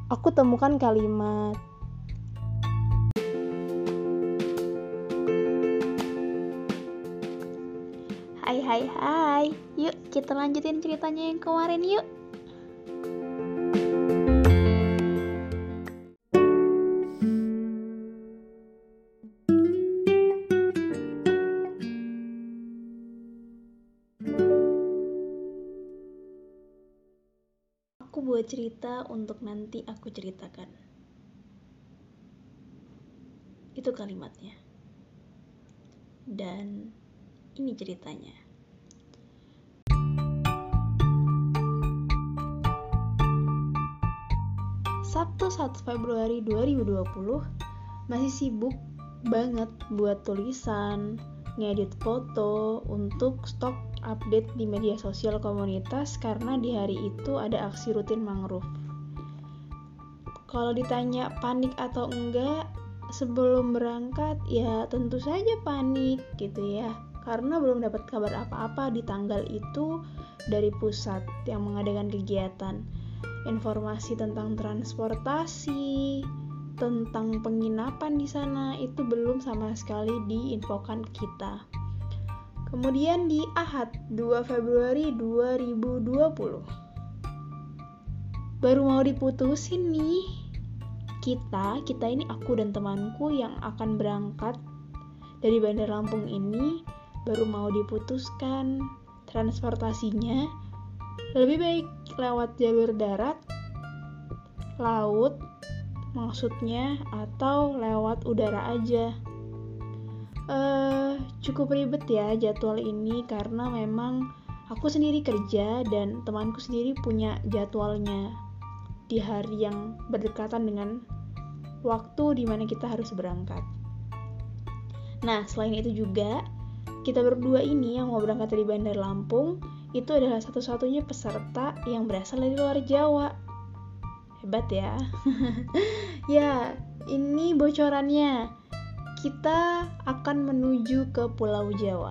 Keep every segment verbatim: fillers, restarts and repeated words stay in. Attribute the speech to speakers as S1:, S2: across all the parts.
S1: aku temukan kalimat. Hai hai hai, yuk kita lanjutin ceritanya yang kemarin yuk. Aku buat cerita untuk nanti aku ceritakan. Itu kalimatnya. Dan ini ceritanya. Sabtu satu Februari dua ribu dua puluh masih sibuk banget buat tulisan, ngedit foto untuk stok update di media sosial komunitas karena di hari itu ada aksi rutin mangrove. Kalau ditanya panik atau enggak sebelum berangkat, ya tentu saja panik gitu ya, karena belum dapat kabar apa-apa di tanggal itu dari pusat yang mengadakan kegiatan. Informasi tentang transportasi, tentang penginapan di sana itu belum sama sekali diinfokan kita. Kemudian di Ahad dua Februari dua ribu dua puluh baru mau diputusin nih. Kita, kita ini aku dan temanku yang akan berangkat dari Bandar Lampung ini baru mau diputuskan transportasinya lebih baik lewat jalur darat, laut maksudnya, atau lewat udara aja. Uh, cukup ribet ya jadwal ini karena memang aku sendiri kerja dan temanku sendiri punya jadwalnya di hari yang berdekatan dengan waktu di mana kita harus berangkat. Nah, selain itu juga kita berdua ini yang mau berangkat dari Bandar Lampung itu adalah satu-satunya peserta yang berasal dari luar Jawa. Hebat ya. Ya, ini bocorannya. Kita akan menuju ke Pulau Jawa.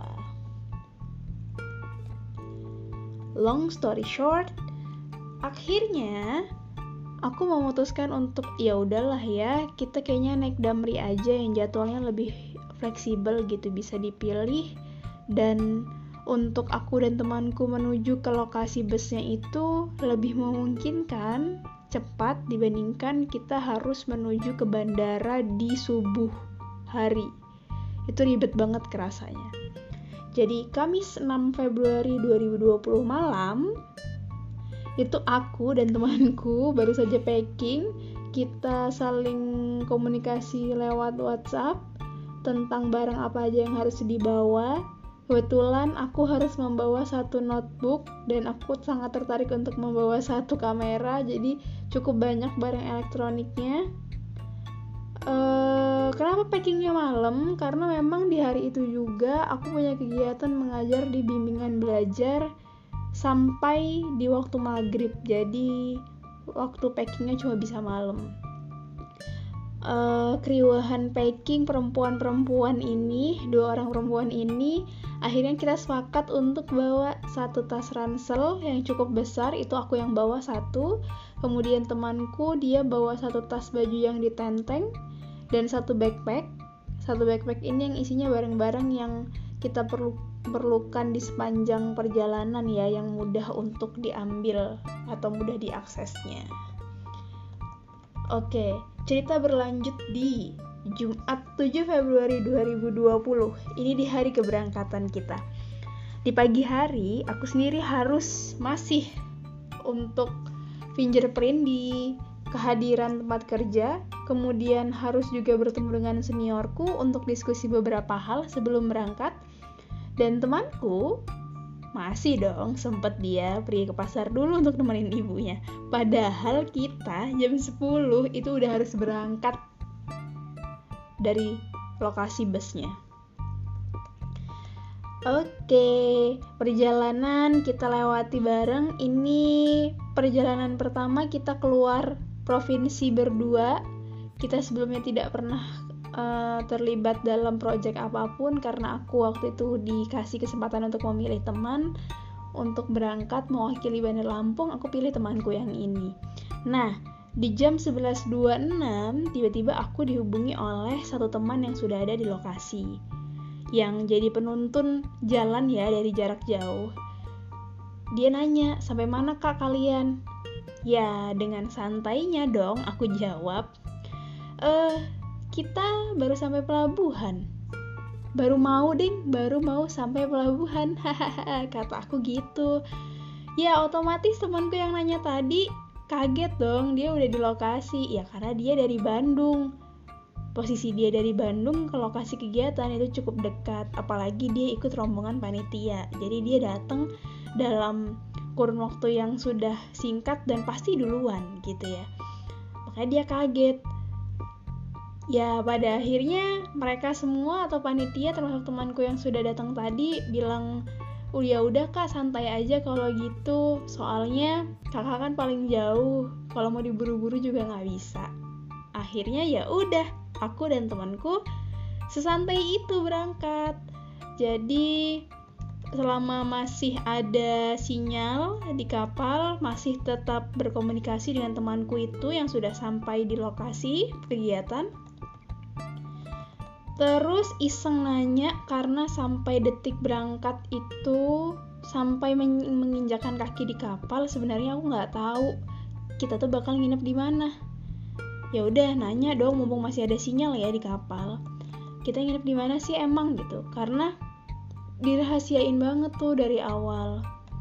S1: Long story short, akhirnya aku memutuskan untuk ya udahlah ya, kita kayaknya naik Damri aja yang jadwalnya lebih fleksibel gitu, bisa dipilih, dan untuk aku dan temanku menuju ke lokasi busnya itu lebih memungkinkan cepat dibandingkan kita harus menuju ke bandara di subuh hari. Itu ribet banget kerasanya. Jadi Kamis enam Februari dua ribu dua puluh malam itu aku dan temanku baru saja packing. Kita saling komunikasi lewat WhatsApp tentang barang apa aja yang harus dibawa. Kebetulan aku harus membawa satu notebook dan aku sangat tertarik untuk membawa satu kamera, jadi cukup banyak barang elektroniknya. Uh, kenapa packingnya malam? Karena memang di hari itu juga aku punya kegiatan mengajar di bimbingan belajar sampai di waktu maghrib, jadi waktu packingnya cuma bisa malam. Uh, keriuhan packing perempuan-perempuan ini, dua orang perempuan ini, akhirnya kita sepakat untuk bawa satu tas ransel yang cukup besar, itu aku yang bawa satu, kemudian temanku dia bawa satu tas baju yang ditenteng, dan satu backpack. Satu backpack ini yang isinya barang-barang yang kita perlu perlukan di sepanjang perjalanan ya, yang mudah untuk diambil atau mudah diaksesnya. Oke, cerita berlanjut di Jumat tujuh Februari dua ribu dua puluh. Ini di hari keberangkatan kita. Di pagi hari, aku sendiri harus masih untuk fingerprint di kehadiran tempat kerja, kemudian harus juga bertemu dengan seniorku untuk diskusi beberapa hal sebelum berangkat. Dan temanku masih dong sempet dia pergi ke pasar dulu untuk nemenin ibunya. Padahal kita jam sepuluh itu udah harus berangkat dari lokasi busnya. Oke, perjalanan kita lewati bareng. Ini perjalanan pertama kita keluar provinsi berdua. Kita sebelumnya tidak pernah uh, terlibat dalam proyek apapun karena aku waktu itu dikasih kesempatan untuk memilih teman untuk berangkat mewakili Bandar Lampung. Aku pilih temanku yang ini. Nah, Di jam sebelas dua puluh enam, tiba-tiba aku dihubungi oleh satu teman yang sudah ada di lokasi, yang jadi penuntun jalan ya dari jarak jauh. Dia nanya, sampai mana kak kalian? Ya, dengan santainya dong aku jawab, Eh, kita baru sampai pelabuhan. Baru mau ding, baru mau sampai pelabuhan. Hahaha, kata aku gitu. Ya, otomatis temanku yang nanya tadi kaget dong, dia udah di lokasi. Ya, karena dia dari Bandung. Posisi dia dari Bandung ke lokasi kegiatan itu cukup dekat, apalagi dia ikut rombongan panitia. Jadi dia datang dalam kurun waktu yang sudah singkat dan pasti duluan gitu ya. Makanya dia kaget. Ya, pada akhirnya mereka semua atau panitia termasuk temanku yang sudah datang tadi bilang, "Oh ya udah kak, santai aja kalau gitu. Soalnya kakak kan paling jauh. Kalau mau diburu-buru juga nggak bisa." Akhirnya ya udah, aku dan temanku sesantai itu berangkat. Jadi selama masih ada sinyal di kapal, masih tetap berkomunikasi dengan temanku itu yang sudah sampai di lokasi kegiatan. Terus iseng nanya karena sampai detik berangkat itu, sampai men- menginjakan kaki di kapal, sebenarnya aku nggak tahu kita tuh bakal nginep di mana. Ya udah nanya dong, mumpung masih ada sinyal ya di kapal. Kita nginep di mana sih emang gitu? Karena dirahasiain banget tuh dari awal.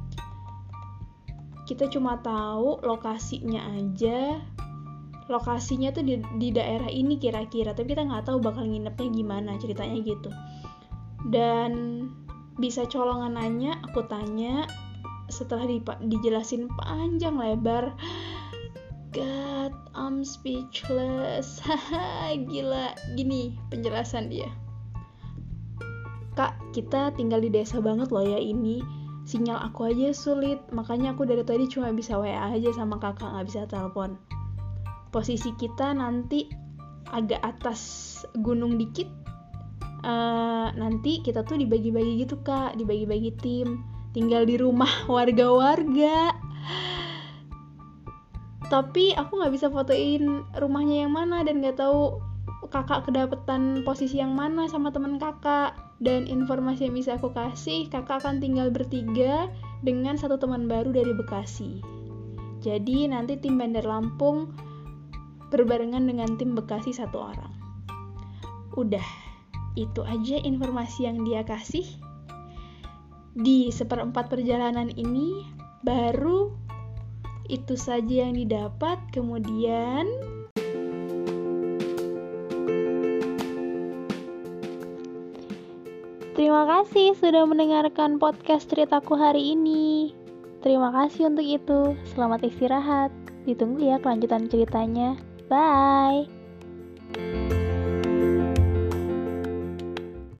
S1: Kita cuma tahu lokasinya aja. Lokasinya tuh di, di daerah ini kira-kira, tapi kita nggak tahu bakal nginepnya gimana, ceritanya gitu. Dan bisa colongan nanya, aku tanya, setelah di, dijelasin panjang lebar, God, I'm speechless. Haha, gila. Gini penjelasan dia, "Kak, kita tinggal di desa banget loh ya ini. Sinyal aku aja sulit, makanya aku dari tadi cuma bisa W A aja sama kakak, nggak bisa telepon. Posisi kita nanti agak atas gunung dikit. Uh, nanti kita tuh dibagi-bagi gitu kak, dibagi-bagi tim. Tinggal di rumah warga-warga. Tapi aku nggak bisa fotoin rumahnya yang mana dan nggak tahu kakak kedapetan posisi yang mana sama teman kakak. Dan informasi yang bisa aku kasih, kakak akan tinggal bertiga dengan satu teman baru dari Bekasi. Jadi nanti tim Bandar Lampung berbarengan dengan tim Bekasi satu orang." Udah, itu aja informasi yang dia kasih. Di seperempat perjalanan ini, baru itu saja yang didapat. Kemudian terima kasih sudah mendengarkan podcast ceritaku hari ini. Terima kasih untuk itu. Selamat istirahat. Ditunggu ya kelanjutan ceritanya. Bye.